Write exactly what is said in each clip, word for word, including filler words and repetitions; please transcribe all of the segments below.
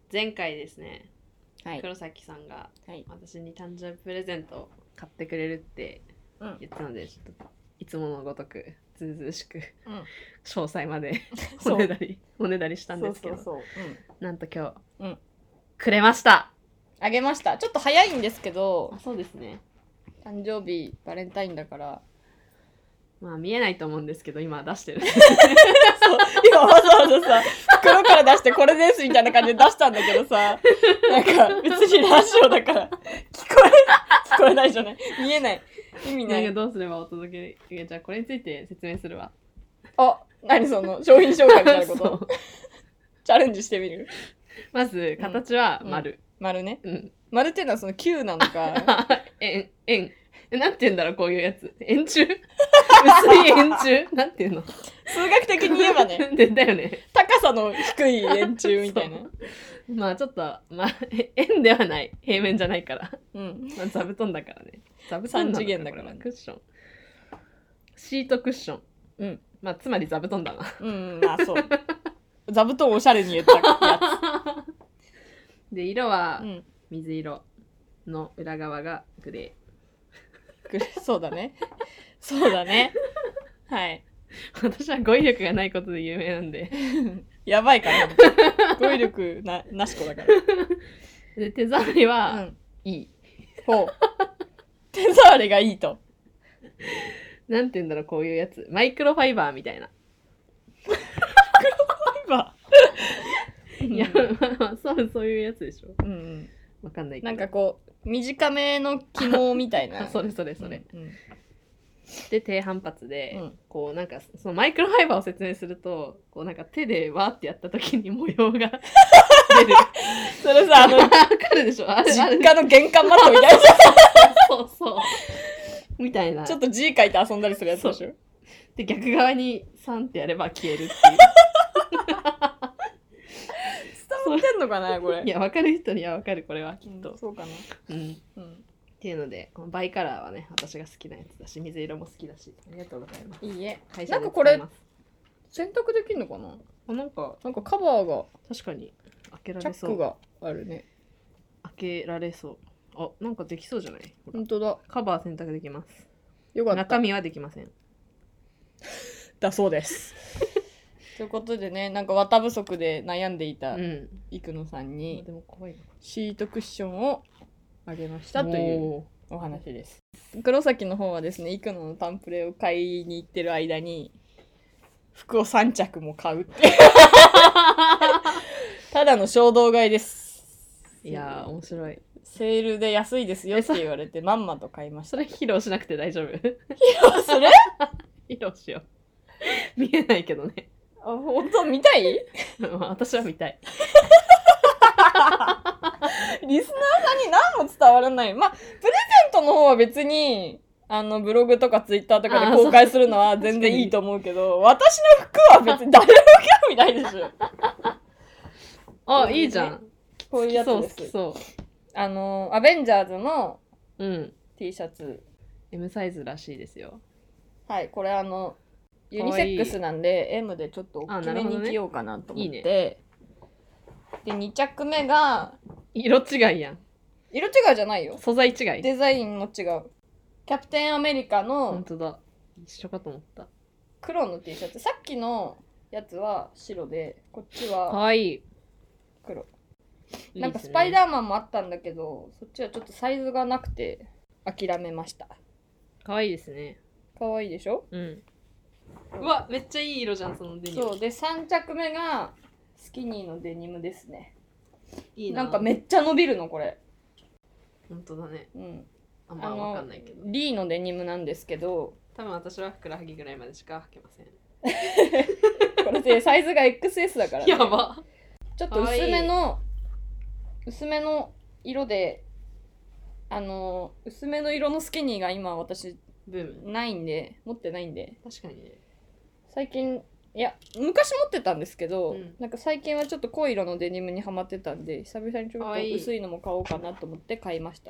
前回ですね、 はい、 黒崎さんがはい、 私に誕生日プレゼントを買ってくれるって言ったので、うん、ちょっといつものごとくずうずうしく、うん、詳細までおねだりおねだりしたんですけど、そうそうそう、うん、なんと今日、うん、くれました。 あげました。ちょっと早いんですけど、 あ、そうですね、 誕生日バレンタインだからまあ見えないと思うんですけど今出してるそう今わざわざさ袋から出してこれですみたいな感じで出したんだけどさ、なんか別にラジオだから聞こえ聞こえないじゃない、見えない、意味ない。 なんかどうすればお届け、じゃあこれについて説明するわ。 あ、何その商品紹介みたいなことチャレンジしてみる。 まず形は丸、うん、 丸ね、 うん、 丸っていうのはその球なのか円円なんて言うんだろう、こういうやつ。円柱薄い円柱なんていうの、 数学的に言えばねでだよね、 高さの低い円柱みたいなまあちょっと、まあ、円ではない。平面じゃないから。 うん。 まあ座布団だからね。座布団さん次元だからね。 クッション。シートクッション。うん。まあつまり座布団だな。 うん、まあそう。座布団おしゃれに言ったやつ。で、色は水色の裏側がグレー。 そうだね。そうだね。はい。 私は語彙力がないことで有名なんで。 やばいから、語彙力 な, なし子だから。 で、手触りは、うん、いい。 ほう。手触りがいいと。 なんて言うんだろう、こういうやつ。マイクロファイバーみたいな。 マイクロファイバーいや、まあ、そう、そういうやつでしょ。うんうん。わかんないけど。 なんかこう、短めの紐みたいな。 それそれそれ。うんうん、で低反発で、うん、こうなんかそのマイクロファイバーを説明すると、こうなんか手でワーってやった時に模様が出るそれさ、あのわかるでしょ、あれ実家の玄関マットみたいなそうそうみたいな、 ちょっと字書いて遊んだりするやつでしょ。 で逆側にサンってやれば消えるっていう伝わってんのかなこれ。 いや、分かる人には分かる、これはきっと、 うん、そうかな。うん、 うん、っていうので、このバイカラーはね、私が好きなやつだし、水色も好きだし、ありがとうございます。 いいえ。 会社なんかこれ洗濯できるのかな。 あ、なんかなんかカバーが確かに開けられそう。 チャックがあるね。 開けられそう。あ、なんかできそうじゃない？ 本当だ。 カバー選択できます。 よかった。 中身はできません。 だそうです。ということでね、なんか綿不足で悩んでいた生野さんにシートクッションをあげましたというお話です。黒崎の方はですね、生野のタンプレを買いに行ってる間に服をさん着も買うってただの衝動買いです。 いやー面白い。 セールで安いですよって言われてまんまと買いました。 それ披露しなくて大丈夫？披露する？ 披露しよう。見えないけどね。 あ、本当見たい？ 私は見たい。 リスナーさんに何も伝わらない。まあ、プレゼントの方は別に、あの、ブログとかツイッターとかで公開するのは全然いいと思うけど、私の服は別に誰も興味ないでしょ。 あ、いいじゃん。 こういうやつです。 そうそう。 あの、アベンジャーズの T シャツ、うん。 M サイズらしいですよ。 はい、これあの、ユニセックスなんで M でちょっと大きめに着ようかなと思って。ね、いいね。で、に着目が色違いやん。 色違いじゃないよ。 素材違い。 デザインも違う。キャプテンアメリカの本当だ、一緒かと思った。 黒の T シャツ。さっきのやつは白で、こっちはかわいい黒。なんかスパイダーマンもあったんだけど、そっちはちょっとサイズがなくて諦めました。 かわいいですね。 かわいいでしょ。うん。 うわ、めっちゃいい色じゃん、そのデニム。 そうで、さん着目がスキニーのデニムですね。いいな。なんかめっちゃ伸びるのこれ。 本当だね。うん。あんま分かんないけど。 リーのデニムなんですけど、 多分私はふくらはぎぐらいまでしか履けません。 これでサイズが エックスエス だからね。 やば。 ちょっと薄めの薄めの色で、あの薄めの色のスキニーが今私ブームないんで、持ってないんで。 確かにね。 最近、いや昔持ってたんですけど、うん、なんか最近はちょっと濃い色のデニムにハマってたんで、久々にちょっと薄いのも買おうかなと思って買いました。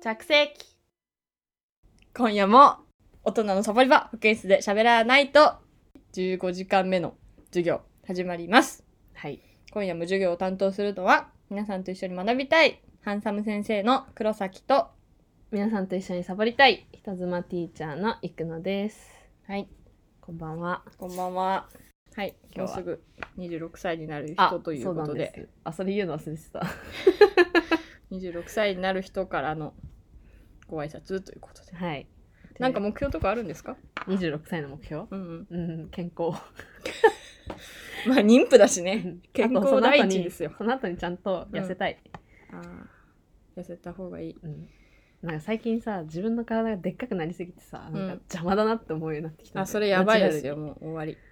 着席。 今夜も大人のサボり場保健室で喋らないとじゅうごじかんめの授業始まります。 はい。 今夜も授業を担当するのは皆さんと一緒に学びたいハンサム先生の黒崎と皆さんと一緒にサボりたい人妻ティーチャーの生野です。 はい。 こんばんは。 こんばんは。はい。今日すぐにじゅうろくさいになる人ということで。 あ、そうなんです。あ、それ言うの忘れてた。 にじゅうろくさいになる人からのご挨拶ということで。 はい。 なんか目標とかあるんですか？ にじゅうろくさいの目標？ うんうん。うん、健康。 まあ妊婦だしね。健康第一ですよ。 その後にちゃんと痩せたい。 うん、ああ、痩せた方がいい。 うん。なんか最近さ、自分の体がでっかくなりすぎてさ、なんか邪魔だなって思うようになってきた、 うん。あ、それやばいですよ。もう終わり。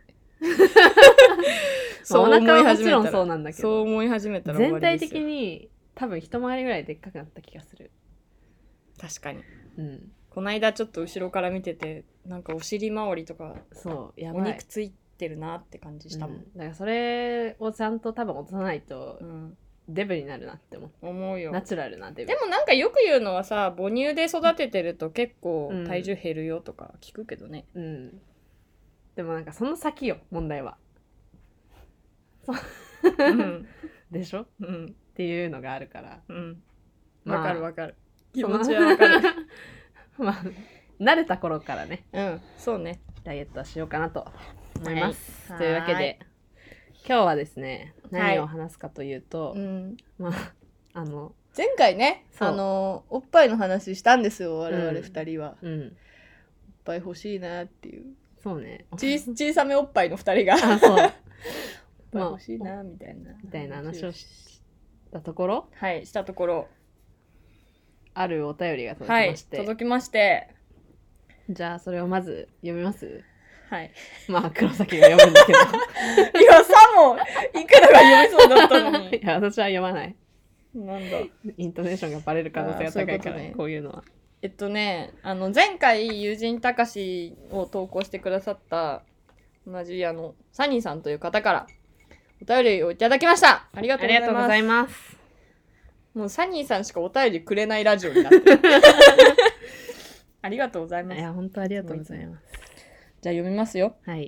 そう思い始めたら、まあ、お腹はもちろんそうなんだけど、 そう思い始めたら終わりですよ。 全体的に多分一回りぐらいでっかくなった気がする。 確かに。 うん。 この間ちょっと後ろから見てて、なんかお尻周りとか、 そうやばい、 お肉ついてるなって感じしたもん。うん、 だからそれをちゃんと多分落とさないと、 うん、 デブになるなって思う。 思うよ。 ナチュラルなデブ。 でもなんかよく言うのはさ、母乳で育ててると結構体重減るよとか聞くけどね。 うん。うん、でもなんかその先よ、問題は。そう、うん、でしょ、うん、っていうのがあるから。 うん。わかるわかる。気持ちはわかる。まあ慣れた頃からね。 うん、そうね。 ダイエットはしようかなと思います。はい、というわけで今日はですね、何を話すかというと、はい、うん、まああの前回ね、あのおっぱいの話したんですよ、我々ふたりは。うん、うん、おっぱい欲しいなっていう。 そうね。 ち小さめおっぱいのふたりが。あ、そう。おっぱい欲しいなみたいなみたいな話をしたところ、 はいしたところ。 あるお便りが届きまして、 はい、届きまして、 じゃあそれをまず読みます。 はい。 まあ黒崎が読むんだけどいやさもいくらが読めそうだったのに。 いや私は読まない。 なんだ。 イントネーションがバレる可能性が高いから、ね、こういうのは。 えっとね、あの前回友人たかしを投稿してくださった同じあのサニーさんという方からお便りをいただきました。ありがとうございます。 ありがとうございます。 もうサニーさんしかお便りくれないラジオになってる。ありがとうございます。 いや本当ありがとうございます。 じゃあ読みますよ。 はい。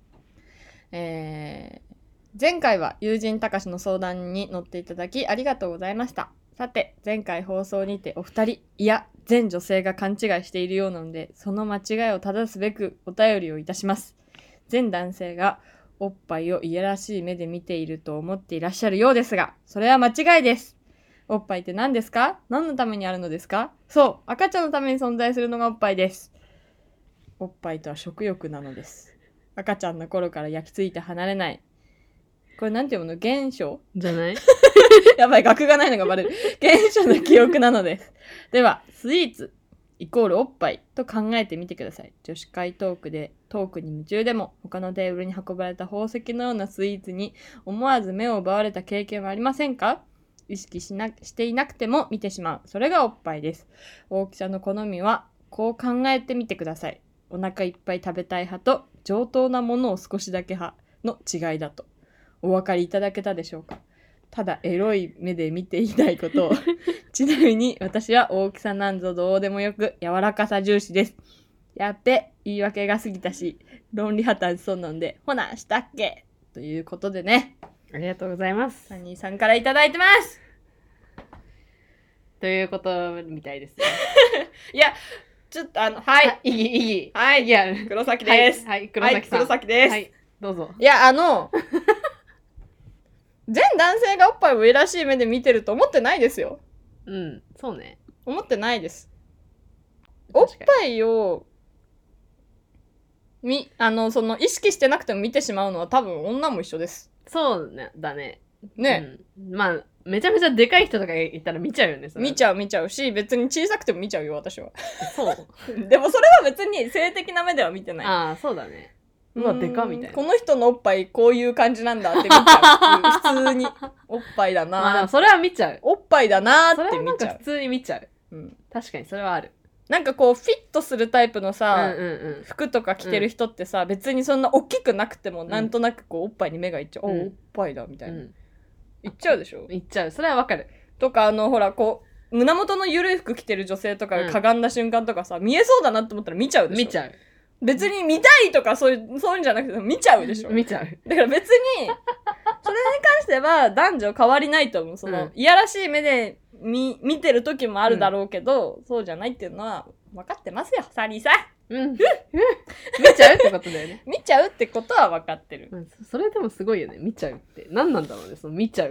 えー、前回は友人たかしの相談に乗っていただきありがとうございました。さて前回放送にてお二人いや全女性が勘違いしているようなのでその間違いを正すべくお便りをいたします。全男性がおっぱいをいやらしい目で見ていると思っていらっしゃるようですがそれは間違いです。おっぱいって何ですか？何のためにあるのですか？そう、赤ちゃんのために存在するのがおっぱいです。おっぱいとは食欲なのです。赤ちゃんの頃から焼き付いて離れない。これなんていうの？現象？ じゃない？ やばい、学がないのがバレる。現象の記憶なのです。では、スイーツイコールおっぱいと考えてみてください。女子会トークでトークに夢中でも他のテーブルに運ばれた宝石のようなスイーツに思わず目を奪われた経験はありませんか？意識しな、していなくても見てしまう。それがおっぱいです。大きさの好みはこう考えてみてください。お腹いっぱい食べたい派と上等なものを少しだけ派の違いだと。お分かりいただけたでしょうか？ただエロい目で見ていないことを。ちなみに私は大きさなんぞどうでもよく柔らかさ重視です。やっべ、言い訳が過ぎたし、論理破綻しそうなんで、ほな、したっけということでね。 ありがとうございます。 サニーさんからいただいてます。 ということみたいです、ね。 いや、ちょっとあの、はい。 いい、いい。 はい。 いや、 黒崎です。 はい、はい、黒崎さん。 はい、黒崎です。 はい、どうぞ。 いや、あの、全男性がおっぱいをいやらしい目で見てると思ってないですよ。 うん、そうね。 思ってないです。おっぱいを、み、あの、その、意識してなくても見てしまうのは多分女も一緒です。 そうね、だね。 ね、 うん、まあ、めちゃめちゃでかい人とかいたら見ちゃうよね。それ見ちゃう見ちゃうし、別に小さくても見ちゃうよ、私は。 そう。 でもそれは別に性的な目では見てない。 ああ、そうだね。うわ、でかみたいな。 この人のおっぱいこういう感じなんだって見ちゃう。普通に。おっぱいだな。 まあでもそれは見ちゃう。 おっぱいだなって見ちゃう。それはなんか普通に見ちゃう。 うん。 確かにそれはある。 なんかこうフィットするタイプのさ、 うんうんうん、 服とか着てる人ってさ、うん、別にそんな大きくなくてもなんとなくこうおっぱいに目がいっちゃう、うん、お, おっぱいだみたいな、うん、いっちゃうでしょ。 いっちゃう。それはわかる。 とかあのほらこ胸元の緩い服着てる女性とかがかがんだ瞬間とかさ、うん、見えそうだなって思ったら見ちゃうでしょ。 見ちゃう。 別に見たいとかそういう、そういうんじゃなくて見ちゃうでしょ。 見ちゃう。 だから別に、それに関しては男女変わりないと思う。その、うん、いやらしい目で見、見てる時もあるだろうけど、うん、そうじゃないっていうのは分かってますよ、サリーさん。うん。見ちゃうってことだよね。 見ちゃうってことは分かってる。 うん、それでもすごいよね、見ちゃうって。何なんだろうね、その見ちゃうって。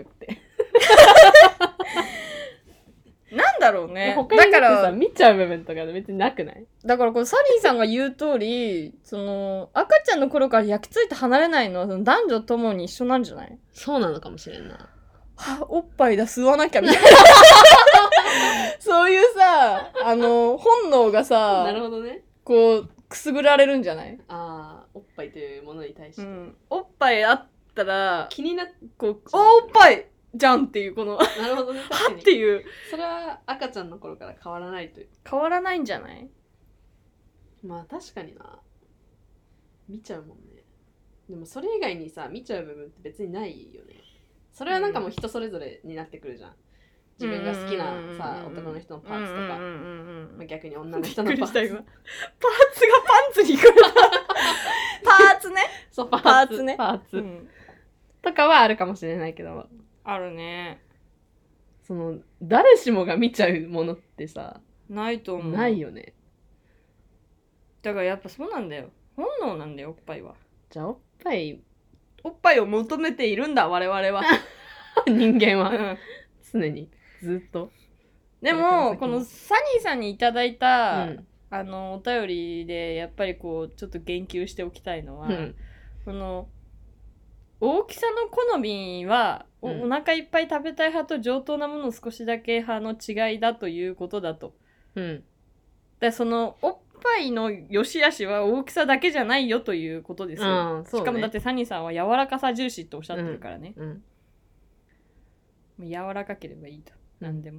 なんだろうね。 他にだからさ、見ちゃう部分とか別になくない？ だからこれサリーさんが言う通り、その、赤ちゃんの頃から焼き付いて離れないのはその男女ともに一緒なんじゃない？ そうなのかもしれんな。 は、おっぱいだ、吸わなきゃみたいな。そういうさ、あの、本能がさ、 なるほどね。 こう、くすぐられるんじゃない？ ああ、おっぱいというものに対して。うん、 おっぱいあったら、 気になっ、 こう、おっぱいじゃんっていう、この、 なるほどね。 はっていう。 それは赤ちゃんの頃から変わらないという。 変わらないんじゃない？ まあ確かにな。見ちゃうもんね。でもそれ以外にさ、見ちゃう部分って別にないよね。それはなんかもう人それぞれになってくるじゃん。自分が好きなさ、男の人のパーツとか、まあ、逆に女の人のパーツ。パーツがパンツに来る。 パーツね。 そう、パーツね。パーツ。うん、とかはあるかもしれないけど。 あるね。 その、誰しもが見ちゃうものってさ、 ないと思う。 ないよね。 だからやっぱそうなんだよ。本能なんだよ、おっぱいは。 じゃあおっぱい、 おっぱいを求めているんだ、我々は。 人間は、うん、常にずっと。 でもこのサニーさんにいただいた、うん、あのお便りでやっぱりこうちょっと言及しておきたいのは、うん、この大きさの好みは、うん、お, お腹いっぱい食べたい派と上等なものを少しだけ派の違いだということだと。うん、でそのおっぱいの良し悪しは大きさだけじゃないよということですよ。うんね、しかもだってサニーさんは柔らかさ重視っておっしゃってるからね。うんうん柔らかければいいと、何でも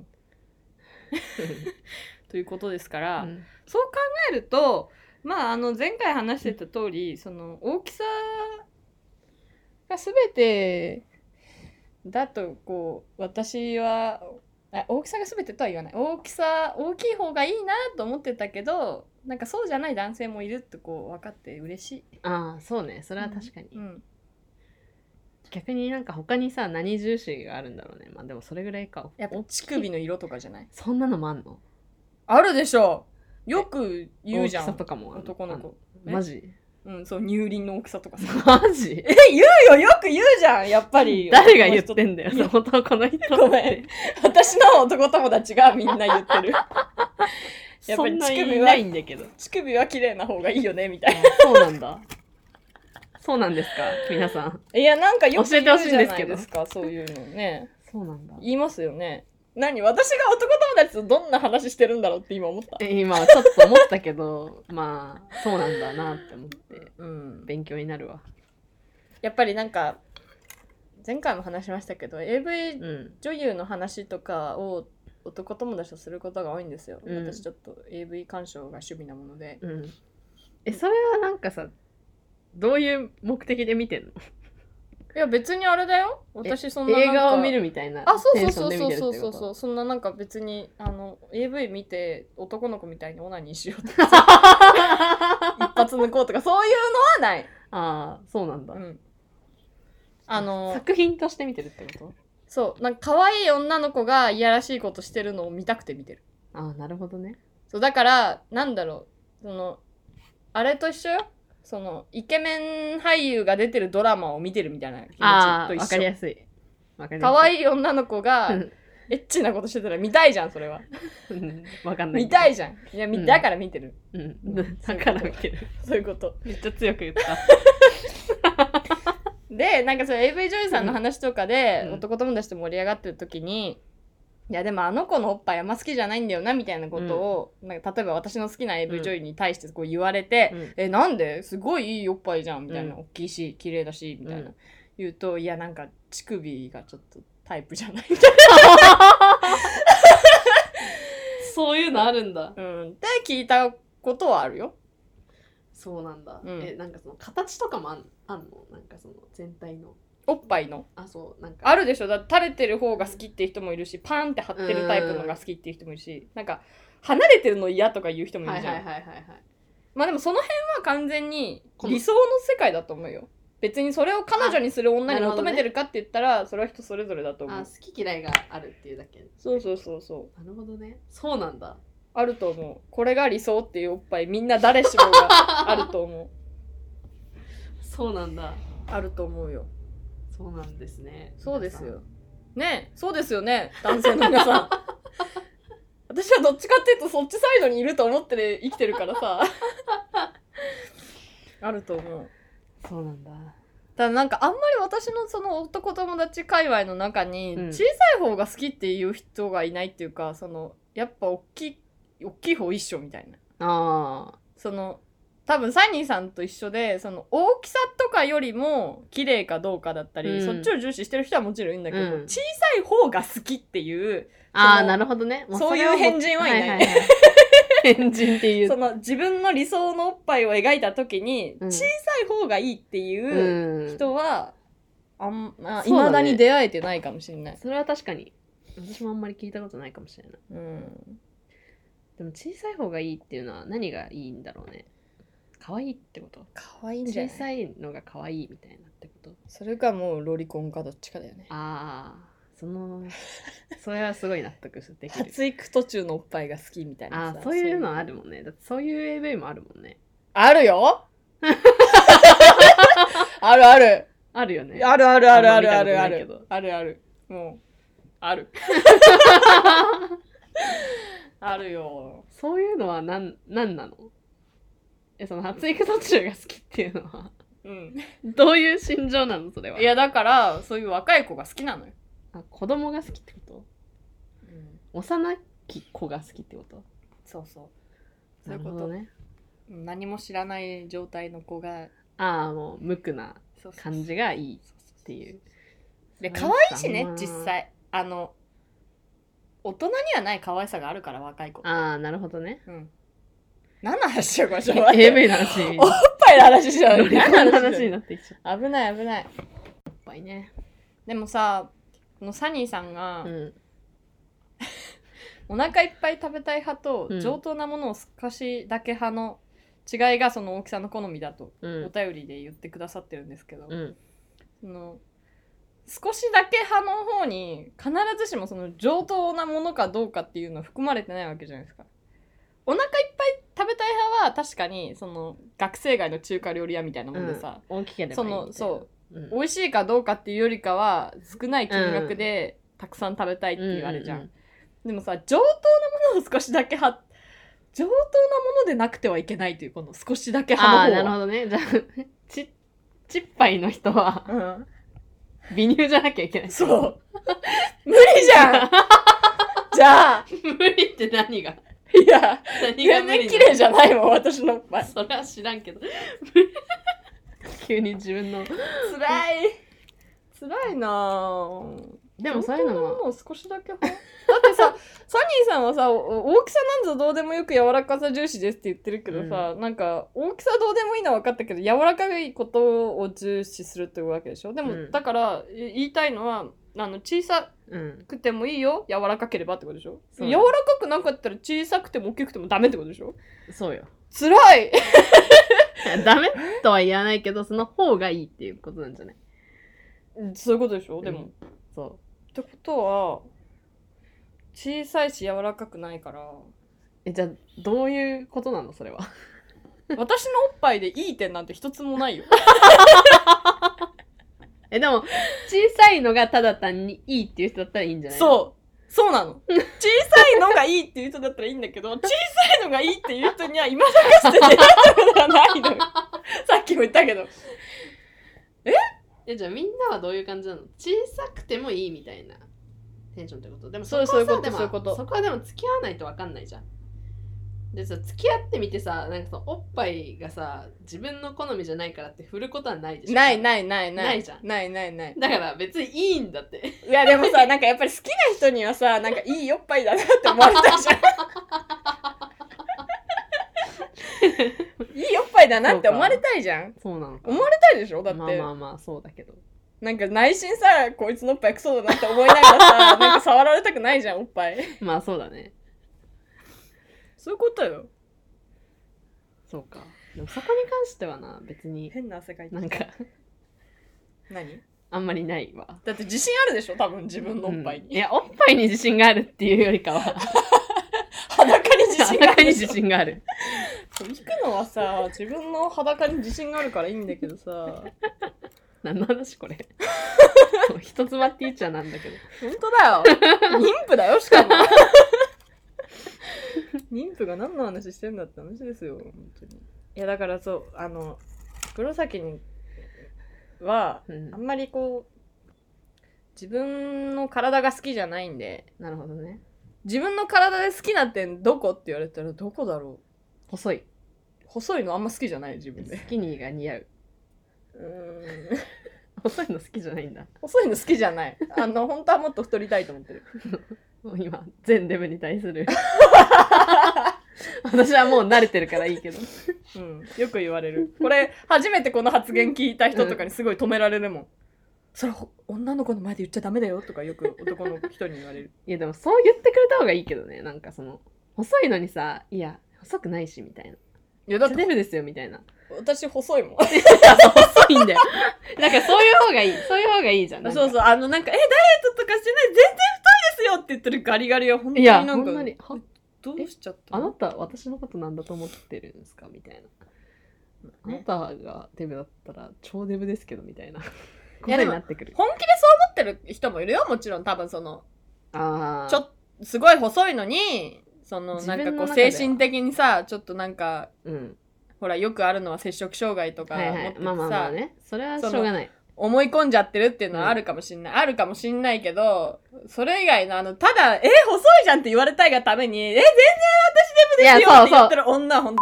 ということですから、うん、そう考えるとまああの前回話してた通り、うん、その大きさが全てだとこう私はあ大きさが全てとは言わない、大きさ大きい方がいいなと思ってたけどなんかそうじゃない男性もいるってこう分かって嬉しい。 ああそうね、それは確かに、うんうん逆になんか他にさ何重視があるんだろうね。まあでもそれぐらいか。 やっぱ乳首の色とかじゃない？ そんなのもあんの？ あるでしょ。よく言うじゃん。 大きさとかも男の子。 マジ？ うんそう乳輪の大きさとかさ。 マジ？ え言うよよく言うじゃんやっぱり。 誰が言ってんだよ。その男の人。 ごめん。私の男友達がみんな言ってる。 やっぱり乳首はないんだけど。 乳首は綺麗な方がいいよねみたいな。 そうなんだ。そうなんですか皆さん。 いやなんかよく言うじゃないですかそういうのね。 そうなんだ。 言いますよね。何私が男友達とどんな話してるんだろうって今思った。 今ちょっと思ったけどまあそうなんだなって思って、うん、勉強になるわ。 やっぱりなんか前回も話しましたけど エーブイ 女優の話とかを男友達とすることが多いんですよ、うん、私ちょっと エーブイ 鑑賞が趣味なもので、うん、 えそれはなんかさどういう目的で見てんの？ いや別にあれだよ。私そんな映画を見るみたいなテンションで見てるってこと？ あそうそうそうそうそうそんななんか別にあの エーブイ 見て男の子みたいにオナニーしようとか一発抜こうとかそういうのはない。 ああそうなんだ。うん、 あの作品として見てるってこと？ そうなんか可愛い女の子がいやらしいことしてるのを見たくて見てる。 ああなるほどね。 そうだからなんだろうそのあれと一緒よ。そのイケメン俳優が出てるドラマを見てるみたいな気持ちと一緒。あわかりやすい。 わかりやすい。可愛い女の子がエッチなことしてたら見たいじゃんそれは。 わかんない。 見たいじゃん。いや、うん、だから見てる。 うん。だから見てる。 そういうこと。 めっちゃ強く言った。 でなんかそれ エーブイ 女優さんの話とかで、うん、男友達と盛り上がってる時に。いやでもあの子のおっぱいあんま好きじゃないんだよなみたいなことを、うん、なんか例えば私の好きな エーブイ 女優に対してこう言われて、うん、えなんですごいいいおっぱいじゃんみたいな、うん、大きいし綺麗だしみたいな、うん、言うといやなんか乳首がちょっとタイプじゃないみたいなそういうのあるんだ、 うん、って聞いたことはあるよ。 そうなんだ、うん、えなんかその形とかもあん、あんのなんかその全体のおっぱいの。 あ、そうなんかあるでしょ。だって垂れてる方が好きっていう人もいるし、パーンって張ってるタイプのが好きっていう人もいるし、なんか離れてるの嫌とか言う人もいるじゃん。はいはいはいはい、はい。まあでもその辺は完全に理想の世界だと思うよ。別にそれを彼女にする女に求めてるかって言ったら、それは人それぞれだと思う。 あ、好き嫌いがあるっていうだけ。 そうそうそうそう。 なるほどね。そうなんだ。 あると思う。これが理想っていうおっぱいみんな誰しもがあると思う。 そうなんだ。 あると思うよ。 そうなんですね。 そうですよ。ね、そうですよね、男性の皆さん。私はどっちかっていうとそっちサイドにいると思って生きてるからさ。あると思う。 そうなんだ。 ただなんかあんまり私のその男友達界隈の中に小さい方が好きっていう人がいないっていうか、そのやっぱ大きい大きい方一緒みたいな。 ああ。 その多分サニーさんと一緒で、その大きさとかよりも綺麗かどうかだったり、うん、そっちを重視してる人はもちろんいいんだけど、うん、小さい方が好きっていう、 ああなるほどね。 もうそういう変人はいない。はいはいはい、 変人っていうその自分の理想のおっぱいを描いた時に、うん、小さい方がいいっていう人は、うん、あんまあ、未だに出会えてないかもしれない。 それは確かに私もあんまり聞いたことないかもしれない。 うん、 でも小さい方がいいっていうのは何がいいんだろうね。可愛いってこと？ 可愛いんじゃない？ 小さいのが可愛いみたいなってこと？ それかもうロリコンかどっちかだよね。 ああ、そのそれはすごい納得できる。 発育途中のおっぱいが好きみたいなさ。あ、そういうのあるもんね。だってそういう エーブイ もあるもんね。 あるよ。あるある。 あるよね。 あるあるあるあるあるあるあるある。もうある。あるよ。 そういうのはなんなんなの？え、その発育途中が好きっていうのは、うん、どういう心情なのそれは。 いやだからそういう若い子が好きなのよ。 あ、子供が好きってこと？うん、幼き子が好きってこと？ そうそう。そういうことね。何も知らない状態の子が、 ああもう無垢な感じがいいっていう。 で可愛いしね実際あの大人にはない可愛さがあるから若い子。 ああなるほどね。うん。 何の話しようかしら。 エーブイ の話。 おっぱいの話しちゃう。 何の話になってきちゃう。 危ない危ない。 おっぱいね。 でもさ、このサニーさんが、うん、お腹いっぱい食べたい派と、うん、上等なものを少しだけ派の違いがその大きさの好みだと、うん、お便りで言ってくださってるんですけど、うん、その少しだけ派の方に必ずしもその上等なものかどうかっていうのは含まれてないわけじゃないですか。お腹いっぱい食べたい派は確かにその学生街の中華料理屋みたいなもんでさ、 うん、大きければいいそのそう、うん、美味しいかどうかっていうよりかは少ない金額でたくさん食べたいっていうあれじゃん、うんうんうん、でもさ上等なものを少しだけは上等なものでなくてはいけないというこの少しだけ派の方は。 あーなるほどね。じゃあちちっぱいの人は、うん、微乳じゃなきゃいけない。 そう無理じゃんじゃあ無理って何がいや、全然綺麗じゃないもん、私のおっぱい。 それは知らんけど。急に自分の。 辛い。辛いなぁ。 でもそういうのも。 も少しだけ。だってさ、サニーさんはさ、大きさなんぞどうでもよく柔らかさ重視ですって言ってるけどさ、うん、なんか、大きさどうでもいいのは分かったけど、柔らかいことを重視するってわけでしょ。でも、うん、だから、言いたいのは、あの小さくてもいいよ、うん、柔らかければってことでしょ。柔らかくなかったら小さくても大きくてもダメってことでしょ。 そうよ。 辛いダメとは言わないけどその方がいいっていうことなんじゃない？ そういうことでしょ、うん、でもそうってことは小さいし柔らかくないからえじゃあどういうことなのそれは。 私のおっぱいでいい点なんて一つもないよ。 えでも小さいのがただ単にいいっていう人だったらいいんじゃない？ そうそうなの。小さいのがいいっていう人だったらいいんだけど、小さいのがいいっていう人には今だかして出会ったことがないのよ。さっきも言ったけど。 ええじゃあみんなはどういう感じなの？小さくてもいいみたいなテンションってこと？でもそこはさ、 そういうことそういうこと。 そこはでも付き合わないと分かんないじゃん。でさ付き合ってみてさなんかさおっぱいがさ自分の好みじゃないからって振ることはないでしょ。 ないないないないないじゃん。 ないないない。 だから別にいいんだって。 いやでもさなんかやっぱり好きな人にはさなんかいいおっぱいだなって思われたじゃん。いいおっぱいだなって思われたいじゃん。 そうなのか。 思われたいでしょだって。 まあまあまあそうだけど。 なんか内心さ、こいつのおっぱいクソだなって思いながらさ、なんか触られたくないじゃん、おっぱい。 まあそうだね。 そういうことよ。 そうか。でもそこに関してはな、別に。 変な汗かいてなんか何あんまりないわ。 だって自信あるでしょ、多分自分のおっぱいに。 うん、いや、おっぱいに自信があるっていうよりかは。 裸に自信がある。 裸に自信がある。 行くのはさ、自分の裸に自信があるからいいんだけどさ。 何の話これ。一つ葉って言っちゃなんだけど。 本当だよ。妊婦だよ、しかも。妊婦が何の話してんだって話ですよ、本当に。いや、だからそう、あの、黒崎には、うん、あんまりこう、自分の体が好きじゃないんで。 なるほどね。 自分の体で好きな点どこって言われたらどこだろう。 細い。 細いのあんま好きじゃない、自分で。 スキニーが似合う。うーん。細いの好きじゃないんだ。 細いの好きじゃない。あの、本当はもっと太りたいと思ってる。 もう今、全デブに対する。私はもう慣れてるからいいけど。 うん。よく言われる。これ、初めてこの発言聞いた人とかにすごい止められるもん。うん、それ、女の子の前で言っちゃダメだよとかよく男の人に言われる。 いや、でもそう言ってくれた方がいいけどね。なんかその、細いのにさ、いや、細くないし、みたいな。いや、だって。 デブですよ、みたいな。 私、細いもん。 いや、細いんだよ。なんかそういう方がいい。そういう方がいいじゃん。 そうそう。あの、なんか、え、ダイエットとかしてない、全然太いですよって言ってるガリガリは本当になんか。いや、ほんまに。どうしちゃったの？あなた、私のことなんだと思ってるんですかみたいな。ね、あなたがデブだったら、超デブですけど、みたいな。 いやでも本気でそう思ってる人もいるよ、もちろん。多分その、あちょっと、すごい細いのに、その、なんかこう、精神的にさ、ちょっとなんか、うん、ほら、よくあるのは摂食障害とか持っててさ、 まあまあまあね。それはしょうがない。 思い込んじゃってるっていうのはあるかもしんない。うん、あるかもしんないけど、それ以外のあの、ただ、え、細いじゃんって言われたいがために、え、全然私デブですよって言ってる女はほんと、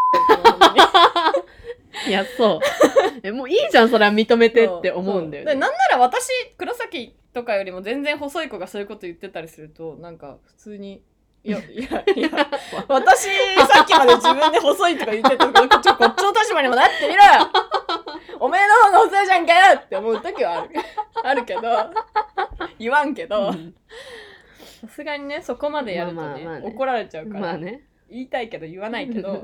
いや、そう。え、もういいじゃん、それは認めてって思うんだよね。 で、なんなら私、黒崎とかよりも全然細い子がそういうこと言ってたりすると、なんか、普通に、いや、いや、いや、私、さっきまで自分で細いとか言ってたけど、ちょ、こっちの立場にもなってみろよおめえの方が細いじゃんかよって思う時はある。あるけど、言わんけど、さすがにね、そこまでやるとね、まあまあまあね、怒られちゃうから、まあね、言いたいけど言わないけど、本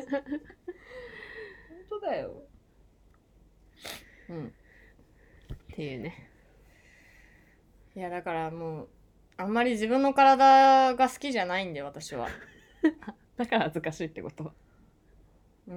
当だよ。うん。 っていうね。 いや、だからもう、あんまり自分の体が好きじゃないんで、私は。 だから恥ずかしいってこと？ うん。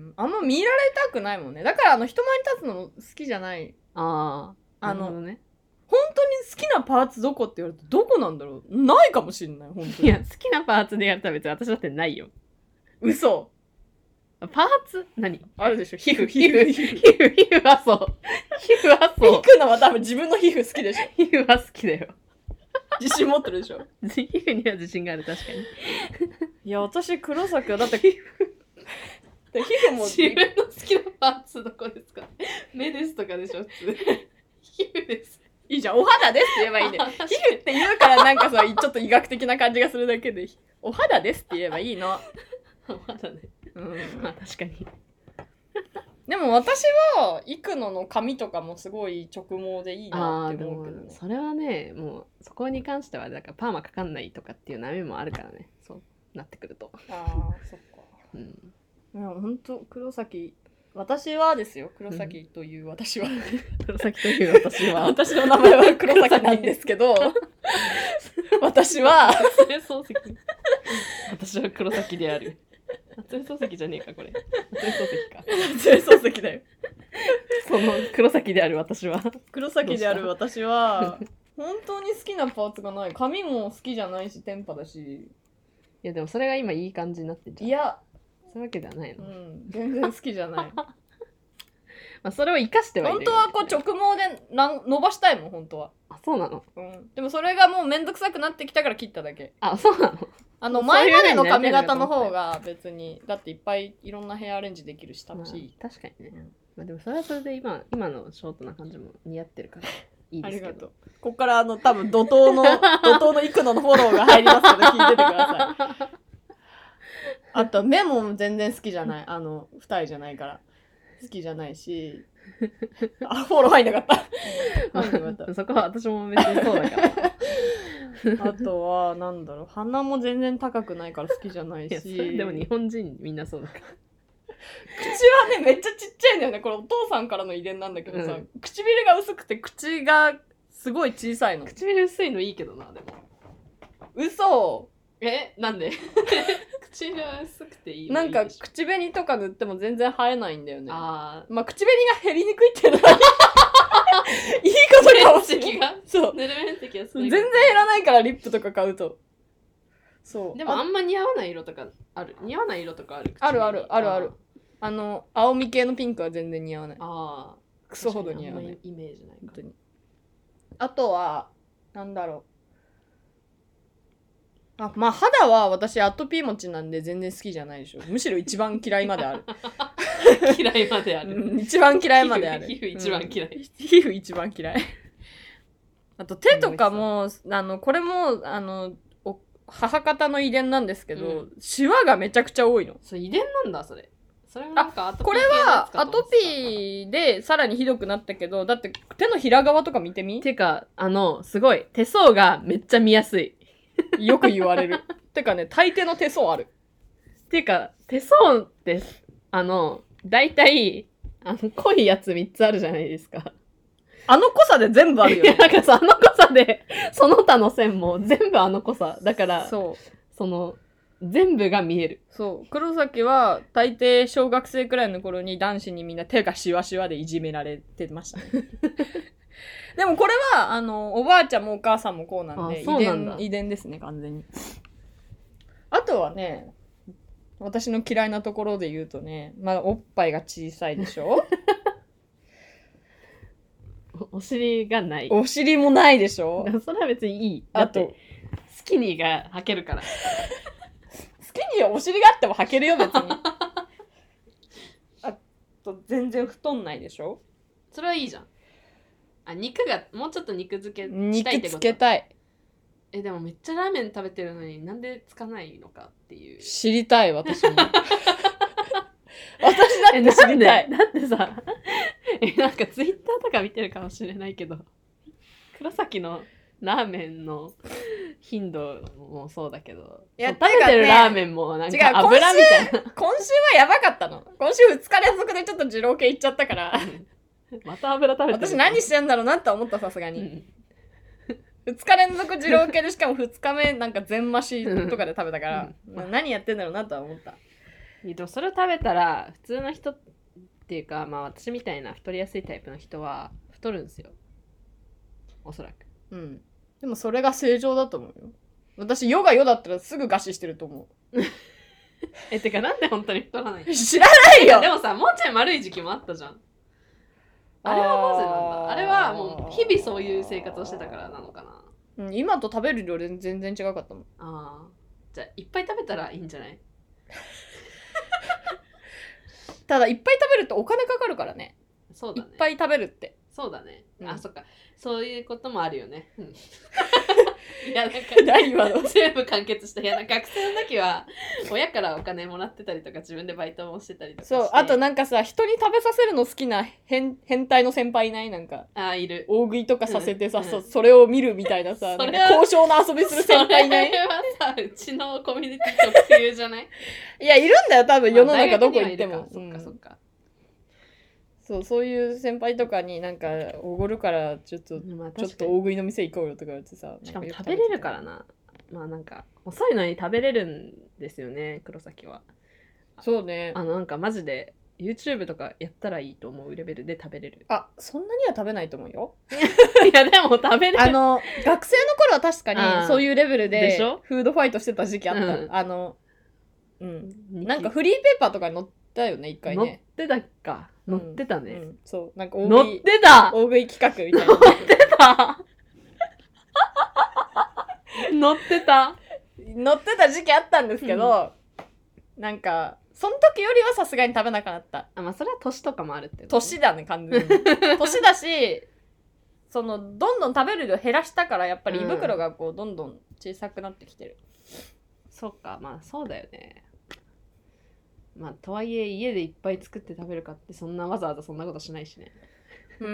あんま見られたくないもんね。だから、あの、人前に立つのも好きじゃない。 ああ。 あの、ね、本当に好きなパーツどこって言われると、どこなんだろう？ないかもしんない、本当に。 いや、好きなパーツでやったら別に私だってないよ。 嘘。 パーツ何あるでしょ、皮膚、 皮膚、皮膚、皮膚、皮膚はそう。皮膚はそう。 行くのは多分自分の皮膚好きでしょ。 皮膚は好きだよ。 自信持ってるでしょ。 皮膚には自信がある、確かに。 いや、私、黒崎はだって皮膚、皮膚も自分の好きなパーツどこですか？目ですとかでしょ、普通。皮膚です。 いいじゃん、お肌ですって言えばいいね。皮膚って言うからなんかさ、ちょっと医学的な感じがするだけで、お肌ですって言えばいいの。 お肌ね。うん、まあ確かに。 でも私は幾野の髪とかもすごい直毛でいいなって思うけどね。 それはね、もうそこに関してはだからパーマかかんないとかっていう波もあるからね。そうなってくると。 ああ、そっか。うん。いや本当黒崎、私はですよ、黒崎という私は、うん、 黒崎という私は私の名前は黒崎なんですけど、私は夏目漱石。私は黒崎である。夏目漱石じゃねえかこれ。夏目漱石か。 夏目漱石だよ。 その黒崎である私は。 黒崎である私は本当に好きなパーツがない。髪も好きじゃないし、テンパだし。いやでもそれが今いい感じになってんじゃん。 いや、 そういうわけではないの。 うん、全然好きじゃない。まあそれを生かしてはいる。本当はこう直毛でな伸ばしたいもん本当は。 あ、そうなの。 うん。でもそれがもうめんどくさくなってきたから切っただけ。 あ、そうなの。 あの前までの髪型の方が別にだっていっぱいいろんなヘアアレンジできるし楽しい。 まあ、確かにね。うん、まあでもそれはそれで今今のショートな感じも似合ってるからいいですけど。ありがとう。 ここからあの多分怒涛の怒涛の幾野のフォローが入りますので聞いててください。あと目も全然好きじゃない。あの二重じゃないから好きじゃないし、 あ、フォロー入んなかった。入んなかった。 そこは私も別にそうだから。 あとは、なんだろう、鼻も全然高くないから好きじゃないし。 いや、でも日本人みんなそうだから。 口はね、めっちゃちっちゃいんだよね。これお父さんからの遺伝なんだけどさ、うん、唇が薄くて口がすごい小さいの。 唇薄いのいいけどな、でも。 嘘。 え、なんで唇は薄くていいの？ なんか口紅とか塗っても全然生えないんだよね。 ああ。 まあ口紅が減りにくいっていうのは、いいことかもしれない。そう。 塗る面積は全然減らないから、リップとか買うと。そう。 でもあんま似合わない色とかある。似合わない色とかある。 あるある、あるある。あの、青み系のピンクは全然似合わない。 ああ。 クソほど似合わない。 イメージない。本当に。 あとは、なんだろう。あ、まあ肌は私アトピー持ちなんで全然好きじゃないでしょ。むしろ一番嫌いまである。 嫌いまである、 うん、一番嫌いまである。 皮膚一番嫌い、うん、 皮膚一番嫌い。あと手とかも、あの、これも、あの、お母方の遺伝なんですけど、うん、シワがめちゃくちゃ多いの。 そう、遺伝なんだ、それ。それもなんかアトピー。 これはアトピーでさらにひどくなったけど、だって手のひら側とか見てみ？ てか、あの、すごい、手相がめっちゃ見やすい。 よく言われる。てかね、大抵の手相ある。 てか、手相って、あの、だいたい、あの、濃いやつみっつあるじゃないですか。 あの濃さで全部あるよね。 いや、なんかさ、あの濃さで、その他の線も全部あの濃さ。だから、 そう。 その、全部が見える。 そう。黒崎は、大抵小学生くらいの頃に男子にみんな手がシワシワでいじめられてましたね。でもこれは、あの、おばあちゃんもお母さんもこうなんで、遺伝、遺伝ですね、完全に。あとはね、私の嫌いなところで言うとね、まあ、おっぱいが小さいでしょお, お尻がない。 お尻もないでしょそれは別にいい。だって、スキニーが履けるから。 スキニーはお尻があっても履けるよ、別に。あと、全然太んないでしょそれはいいじゃん。あ、肉が、もうちょっと肉付けしたいってこと？ 肉つけたい。 え、でもめっちゃラーメン食べてるのになんでつかないのかっていう。 知りたい、私も。私だって知りたい。 だってさ、え、なんかツイッターとか見てるかもしれないけど、黒崎のラーメンの頻度もそうだけど、いや食べてるラーメンもなんか油みたいな。 今週、今週はやばかったの。今週ふつか連続でちょっと二郎系いっちゃったから。 また油食べてる。 私何してんだろうなって思った、さすがに。うん、ふつか連続二郎系でしかもふつかめなんか全増しとかで食べたから、うん、何やってんだろうなとは思った。 でもそれを食べたら普通の人っていうか、まあ私みたいな太りやすいタイプの人は太るんですよ。おそらく。 うん。でもそれが正常だと思うよ。私ヨガヨだったらすぐ餓死してると思う。 え、てかなんで本当に太らない？ 知らないよ。 でもさ、もうちょい丸い時期もあったじゃん。あれはなぜなんだ？あれはもう日々そういう生活をしてたからなのかな。うん、今と食べる量で全然違かったもん。 ああ。じゃあいっぱい食べたらいいんじゃない？ ただいっぱい食べるとお金かかるからね。 そうだね。 いっぱい食べるって。 そうだね。 うん、 あ、そっか。そういうこともあるよね。うん、いや、なんか何今の全部完結した。いや、学生の時は親からお金もらってたりとか自分でバイトもしてたりとかして。 そう、あとなんかさ、人に食べさせるの好きな変変態の先輩いない？なんか。 あ、いる。 大食いとかさせてさ、 うんそ, それを見るみたいなさ、なんか高尚な遊びする先輩いない？ それはさ、うちのコミュニティ特有じゃない？ いや、いるんだよ、多分世の中どこ行っても。 そっかそっか。 そう、そういう先輩とかになんかおごるからちょっと、まあ、ちょっと大食いの店行こうよとか言ってさ、 しかも食べれるからな。まあなんか遅いのに食べれるんですよね、黒崎は。 そうね。 あのなんかマジで YouTube とかやったらいいと思うレベルで食べれる。 あ、そんなには食べないと思うよ。 いやでも食べれる。 あの学生の頃は確かにそういうレベルででしょ？ フードファイトしてた時期あった。うん、あの、うん、なんかフリーペーパーとかに載ったよね、一回ね。 載ってたか。載ってたね。 うんうん、そう、なんか大食い。 載ってた！ 大食い企画みたいな。 載ってた載ってた載ってた時期あったんですけど、うん、なんか、その時よりはさすがに食べなくなった。 あ、まあそれは年とかもあるってこと。 年だね、完全に。年だし、その、どんどん食べる量減らしたから、やっぱり胃袋がこう、どんどん小さくなってきてる。 うん、そっか、まあそうだよね。 まあとはいえ家でいっぱい作って食べるかってそんなわざわざそんなことしないしね。 うん、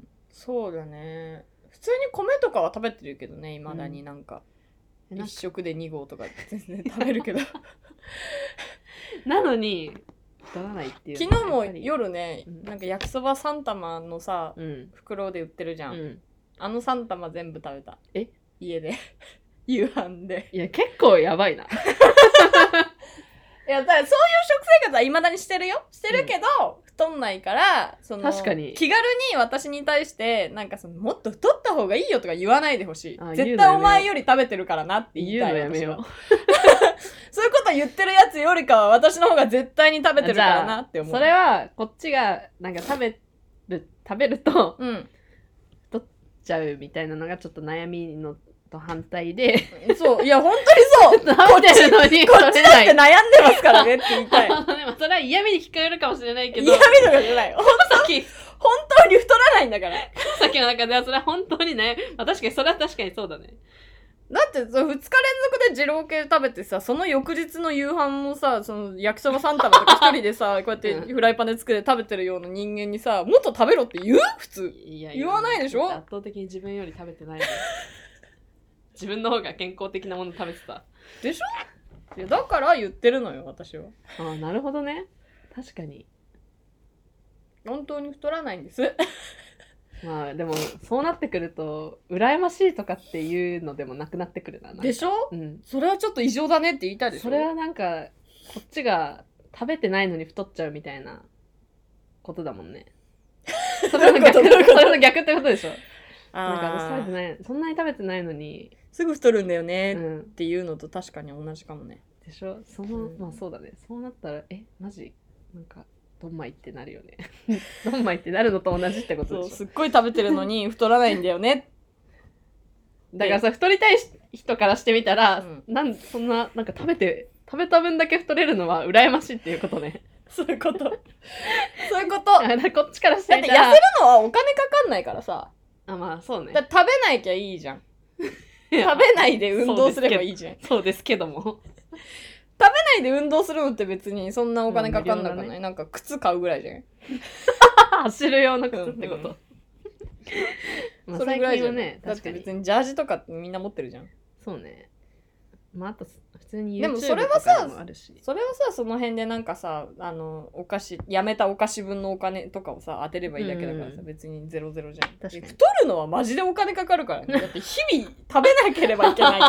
そうだね。普通に米とかは食べてるけどね、いまだになんか、うん、一食でに合とか全然食べるけどなのに太らないっていう。 昨日も夜ね、うん、なんか焼きそばさん玉のさ、うん、袋で売ってるじゃん、うん、あのさん玉全部食べた。 え家で夕飯で。 いや結構やばいな。 いやだからそういう食生活はいまだにしてるよ、してるけど、うん、太んないから、その確かに気軽に私に対してなんかそのもっと太った方がいいよとか言わないでほしい。絶対お前より食べてるからなって言いたい。 言うのやめよう。 そういうこと言ってるやつよりかは私の方が絶対に食べてるからなって思う。 それはこっちがなんか食べる食べると、うん、太っちゃうみたいなのがちょっと悩みのと反対で、 そういや本当にそう。こっちのにこっちだって悩んでますからねって言いたい。 でもそれは嫌味に聞こえるかもしれないけど、 嫌味とかじゃない。本当に本当に太らないんだから。 さっきの中ではそれは本当にね、まあ、確かにそれは確かにそうだね。 だってふつか連続で二郎系食べてさ、その翌日の夕飯もさ、その焼きそばさん玉とか一人でさこうやってフライパンで作って食べてるような人間にさ、もっと食べろって言う？普通いや言わないでしょ。 圧倒的に自分より食べてない。自分の方が健康的なもの食べてたでしょ。いやだから言ってるのよ私は。 ああなるほどね。確かに本当に太らないんです。 まあでもそうなってくると羨ましいとかっていうのでもなくなってくる な, なでしょ、うん、それはちょっと異常だねって言いたいでしょ。 それはなんかこっちが食べてないのに太っちゃうみたいなことだもんね。それの逆それの逆ってことでしょ。なんか私食べてないそんなに食べてないのにすぐ太るんだよねっていうのと確かに同じかもね。 でしょ。その、うん、まあそうだね。そうなったらえマジなんかドンマイってなるよね。ドンマイってなるのと同じってことでしょ。 そうすっごい食べてるのに太らないんだよね。 だからさ太りたい人からしてみたら、うん、なんそんななんか食べて食べた分だけ太れるのは羨ましいっていうことね。 そういうこと。そういうこと。 こっちからしてみたらだって痩せるのはお金かかんないからさ。 あまあそうね。 だ食べなきゃいいじゃん。食べないで運動すればいいじゃん。 そうですけども。 食べないで運動するのって別にそんなお金かかんなくない、ね、なんか靴買うぐらいじゃん。 走る用の靴ってこと。 うんうん、それぐらいじゃね。だって別にジャージとかみんな持ってるじゃん。 そうね。まああと普通に YouTube でもそれはさ、それはさその辺でなんかさあのお菓子やめたお菓子分のお金とかをさ当てればいいだけだからさ、うん、別にゼロゼロじゃん。確かに太るのはマジでお金かかるからね。だって日々食べなければいけないから。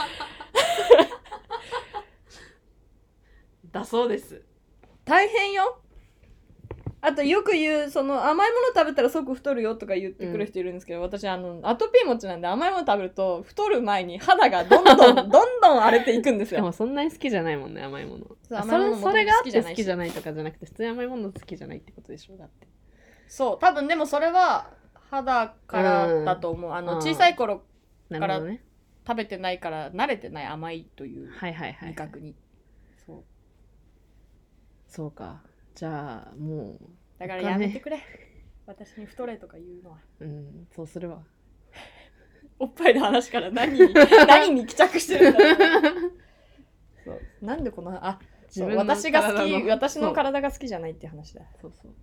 だそうです。 大変よ。あとよく言うその甘いもの食べたら即太るよとか言ってくる人いるんですけど、うん、私あのアトピー持ちなんで甘いもの食べると太る前に肌がどんどんどんどん荒れていくんですよ。 でもそんなに好きじゃないもんね甘いもの。そう甘いものもそれが好きじゃないとかじゃなくて普通に甘いもの好きじゃないってことでしょ。だってそう多分でもそれは肌からだと思う、うん、あの小さい頃から食べてないから慣れてない甘いという味覚に。そうそうか。じゃあもうだからやめてくれ。私に太れとか言うのは。 うんそうするわ。 おっぱいの話から何に何に帰着してるんだろう。そうなんでこのあ自分の私が好き私の体が好きじゃないっていう話だ。そうそう。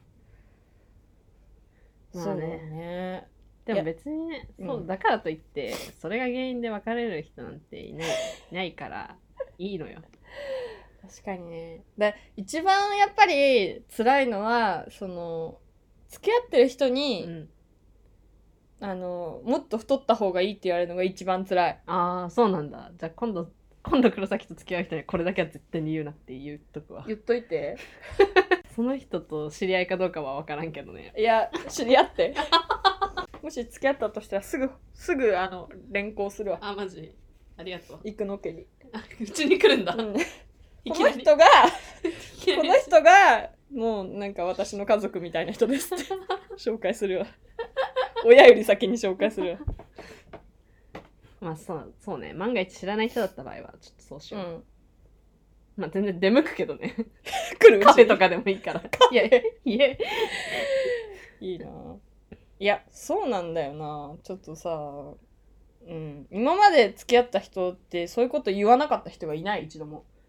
まあね。そうねでも別にね、そう、うん、だからといってそれが原因で別れる人なんていないいないからいいのよ。 確かにね。で一番やっぱり辛いのはその付き合ってる人に、うん、あのもっと太った方がいいって言われるのが一番辛い。 ああそうなんだ。じゃあ今度今度黒崎と付き合う人にこれだけは絶対に言うなって言うとくわ。 言っといて。 その人と知り合いかどうかは分からんけどね。 いや知り合って。もし付き合ったとしたらすぐすぐあの連行するわ。 あマジありがとう。 行くのけに。 うちに来るんだ。 うんこの人がこの人がもうなんか私の家族みたいな人ですって紹介するわ。親より先に紹介するわ。 まあそうそうね。万が一知らない人だった場合はちょっとそうしよう。うん、まあ全然出向くけどね。来るカフェとかでもいいから。いやいやいやいいな。いやそうなんだよな。ちょっとさ、うん今まで付き合った人ってそういうこと言わなかった人がいない一度も。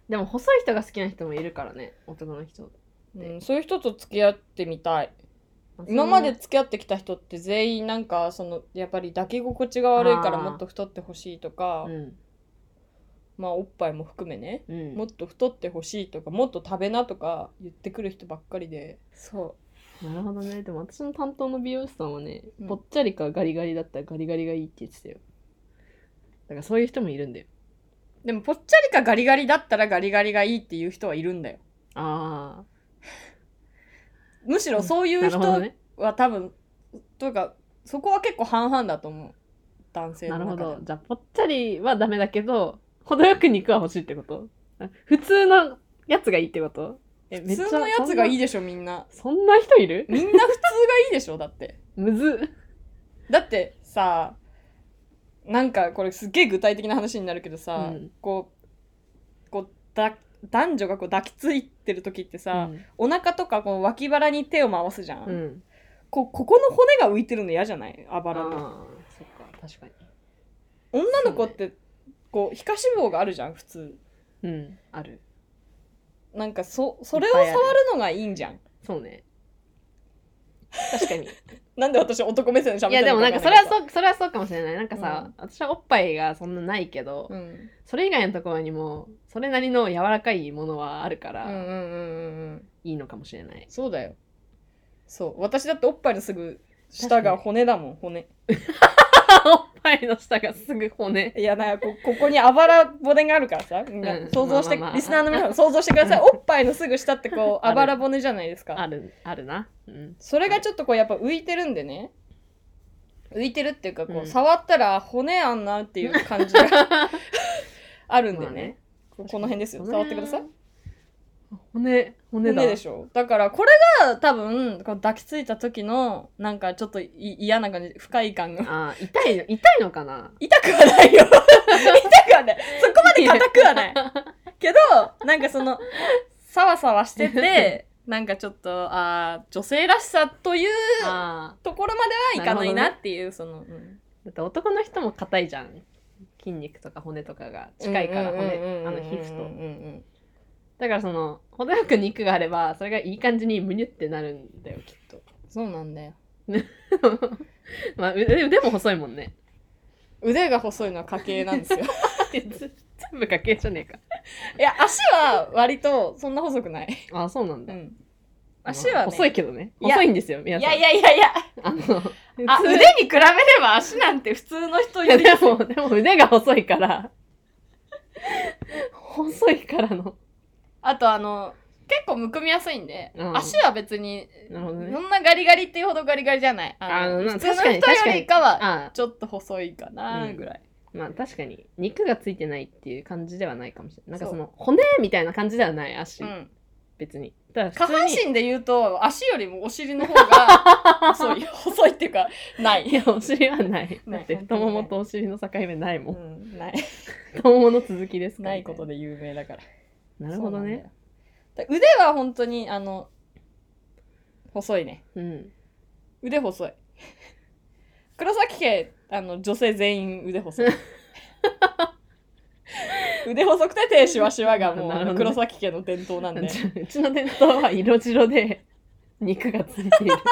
でも細い人が好きな人もいるからね、男の人、 うん、そういう人と付き合ってみたい。今まで付き合ってきた人って全員なんかそのやっぱり抱き心地が悪いからもっと太ってほしいとか、うん、まあおっぱいも含めね、うん、もっと太ってほしいとかもっと食べなとか言ってくる人ばっかりで。 そうなるほどね。でも私の担当の美容師さんはね、うん、ぽっちゃりかガリガリだったらガリガリがいいって言ってたよ。だからそういう人もいるんだよ。 でもぽっちゃりかガリガリだったらガリガリがいいっていう人はいるんだよ。ああ。むしろそういう人は多分、ね、というかそこは結構半々だと思う、男性の中で。 なるほど。じゃあぽっちゃりはダメだけど程よく肉は欲しいってこと？普通のやつがいいってこと？ え普通のやつがいいでしょ。みんなそんな人いる？ みんな普通がいいでしょ。だってむずだってさ、なんかこれすっげえ具体的な話になるけどさ、うん、こうこうだ男女がこう抱きついてる時ってさ、うん、お腹とかこう脇腹に手を回すじゃん、うん、こ, ここの骨が浮いてるの嫌じゃない？あばらの。 あそっか確かに。 女の子ってこう皮下脂肪があるじゃん普通。 うんある。 なんかそそれを触るのがいいんじゃん。 そうね確かになんで私男目線で喋ってるのか。 いやでもなんかそれはそうそれはそうかもしれない。なんかさ、うん、私はおっぱいがそんなないけど、うん、それ以外のところにもそれなりの柔らかいものはあるから、うんうんうんうん、いいのかもしれない。 そうだよ。そう私だっておっぱいのすぐ下が骨だもん。骨おっぱいの下がすぐ骨。 いやなんか こ, ここにあばら骨があるからさ、うん、想像して、まあまあまあ、リスナーの皆さん想像してくださいおっぱいのすぐ下ってこうあばら骨じゃないですか。 あるあるな、 うん、それがちょっとこうやっぱ浮いてるんでね、浮いてるっていうかこう、うん、触ったら骨あんなっていう感じがあるんでね、ねこの辺ですよ。触ってください。 骨骨だ。 骨でしょ。だからこれが多分こう抱きついた時のなんかちょっとい嫌な感じ、不快感が。 あ痛いの痛いのかな。 痛くはないよ痛くはない。そこまで硬くはないけどなんかそのサワサワしててなんかちょっとあ女性らしさというところまではいかないなっていう、ね、その、うん、 だって男の人も硬いじゃん。筋肉とか骨とかが近いから骨あの皮膚と。うんうんうんだからその程よく肉があればそれがいい感じにムニュってなるんだよきっと。 そうなんだよまあ腕、腕も細いもんね。 腕が細いのは家系なんですよ全部家系じゃねえかいや足は割とそんな細くない。 あそうなんだ、うん、 足は、ね、 細いけどね。細いんですよ皆さん。 いやいやいやいやあのあ腕に比べれば足なんて普通の人よりでもでも腕が細いから細いからの。 あとあの結構むくみやすいんで、うん、足は別にそんなガリガリっていうほどガリガリじゃない。あの普通の人よりかはちょっと細いかなぐらい、 うん、まあ確かに肉がついてないっていう感じではないかもしれない。なんかその骨みたいな感じではない足、うん、別に。 だから下半身で言うと足よりもお尻の方が細い細いっていうかない。 いやお尻はない。だって太ももとお尻の境目ないもん、 うん、ない太ももの続きですか、ね、 ないことで有名だから。 なるほどね。 腕は本当にあの細いね、うん、腕細い黒崎家あの女性全員腕細い腕細くて手シワシワがもう、ね、黒崎家の伝統なんで。 うちの伝統は色白で肉がついている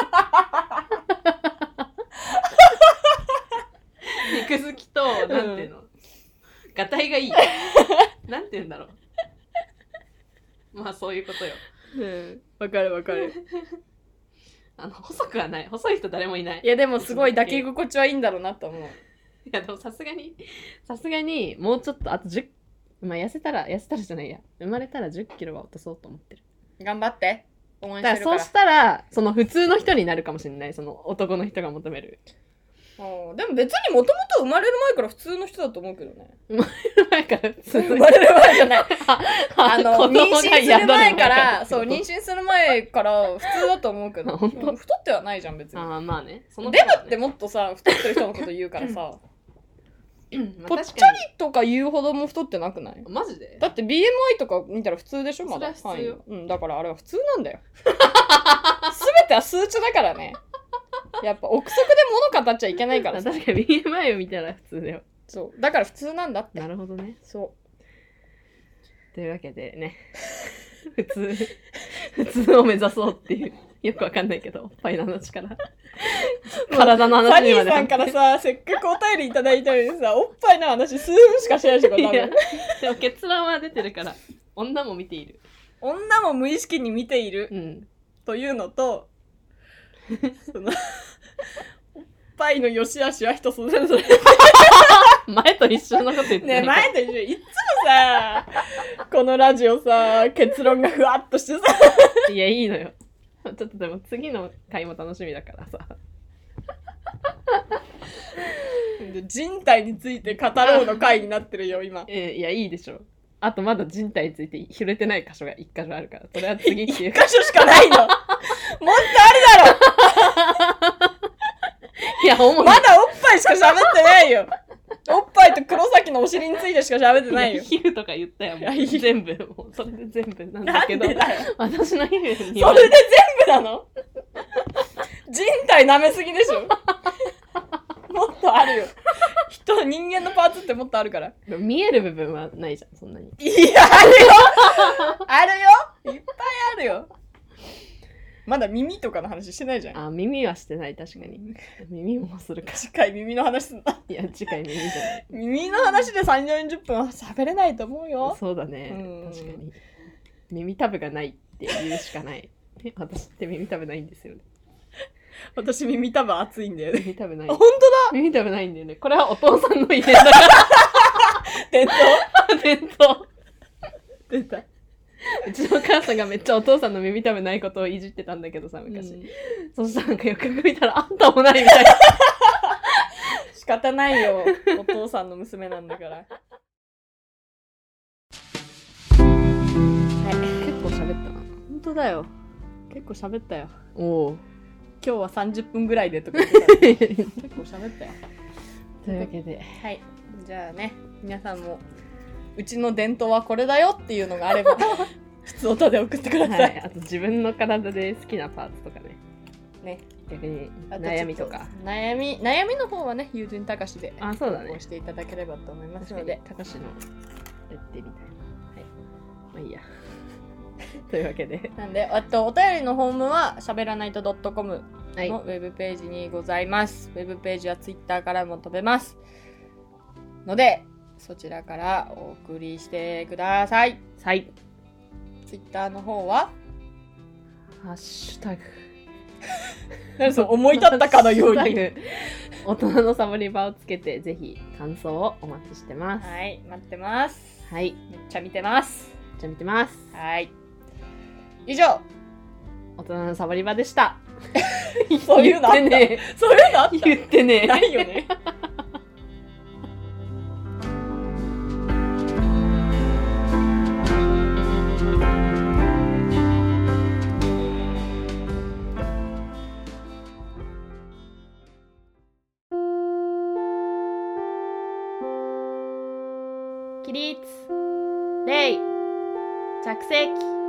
肉好きとなんていうの、うん、がたいがいいなんて言うんだろうまあそういうことよ。 うん、わかるわかる。 あの細くはない。細い人誰もいない。 いやでもすごい抱き心地はいいんだろうなと思う。 いやでもさすがにさすがにもうちょっとあとじゅうまあ痩せたら痩せたらじゃないや生まれたらじゅっキロは落とそうと思ってる。 頑張って応援してるから。 だからそうしたらその普通の人になるかもしれない。その男の人が求める。 あでも別にもともと生まれる前から普通の人だと思うけどね。 生まれる前から普通生まれる前じゃないあの妊娠する前からそう妊娠する前から普通だと思うけど太ってはないじゃん別に。 あまあね。 そのデブってもっとさ太ってる人のこと言うからさぽっちゃりとか言うほども太ってなくない？ マジで？ だって ビーエムアイ とか見たら普通でしょまだ。 それは普通よ、 はい、うん、だからあれは普通なんだよ全ては数値だからねやっぱ憶測で物語っちゃいけないからさ。 確かに ビーエムアイ を見たら普通だよ。 そうだから普通なんだって。 なるほどね。 そというわけでね普通普通を目指そうっていうよくわかんないけどおっぱいの話から体の話にまで。 サニーさんからさせっかくお便りいただいたのにさおっぱいの話数分しかしてないしこれ多分。 でも結論は出てるから女も見ている。 女も無意識に見ている、 うん、 というのとそのおっぱいの良し悪しは人それぞれ前と一緒のこと言ってないね前と一緒いつもさこのラジオさ結論がふわっとしてさいやいいのよちょっとでも次の回も楽しみだからさ人体について語ろうの回になってるよ今。 えー、いやいいでしょ。あとまだ人体について触れてない箇所が一箇所あるからそれは次っていう一箇所しかないのもっとあるだろいや主にまだおっぱいしか喋ってないよおっぱいと黒崎のお尻についてしか喋ってないよ。 皮膚とか言ったよもう全部もうそれで全部なんだけどなんでだよ私の皮膚にそれで全部なの人体舐めすぎでしょもっとあるよ人人間のパーツってもっとあるから見える部分はないじゃんそんなに。 いやあるよあるよいっぱいあるよ。まだ耳とかの話してないじゃん。 あ耳はしてない確かに耳もするか次回耳の話すんだ。 いや次回耳じゃない耳の話でさんじゅうよんじゅっぷんは喋れないと思うよ。 そうだね、うん、確かに耳たぶがないって言うしかない私って耳たぶないんですよね。 私耳たぶ熱いんだよね。 耳たぶない。 本当だ。 耳たぶないんだよね。これはお父さんの遺伝だから伝統伝統出た。 うちのお母さんがめっちゃお父さんの耳たぶないことをいじってたんだけどさ昔、うん、そしたらなんかよくよく見たらあんたもないみたいな仕方ないよお父さんの娘なんだからはい結構喋ったな。 本当だよ結構喋ったよ。 おお今日はさんじゅっぷんぐらいでとか言ってた結構喋ったよ。 というわけではいじゃあね皆さんもうちの伝統はこれだよっていうのがあれば普通歌で送ってください、 はい、あと自分の体で好きなパーツとかねね逆に悩みとか悩み悩みの方はね友人たかしであそうだねしていただければと思いますのでたかしのやってみたいな。はいまあいいやというわけでなんであとお便りのホームはしゃべらないと .com のウェブページにございます、はい、ウェブページはツイッターからも飛べますのでそちらからお送りしてください。 はい。 ツイッターの方はハッシュタグ何その思い立ったかのように大人のサボり場をつけてぜひ感想をお待ちしてます。 はい待ってます。 はいめっちゃ見てます。 めっちゃ見てます。 はい以上大人のサボり場でした。 そういうのあったね。そういうのあった言ってねないよね起立礼着席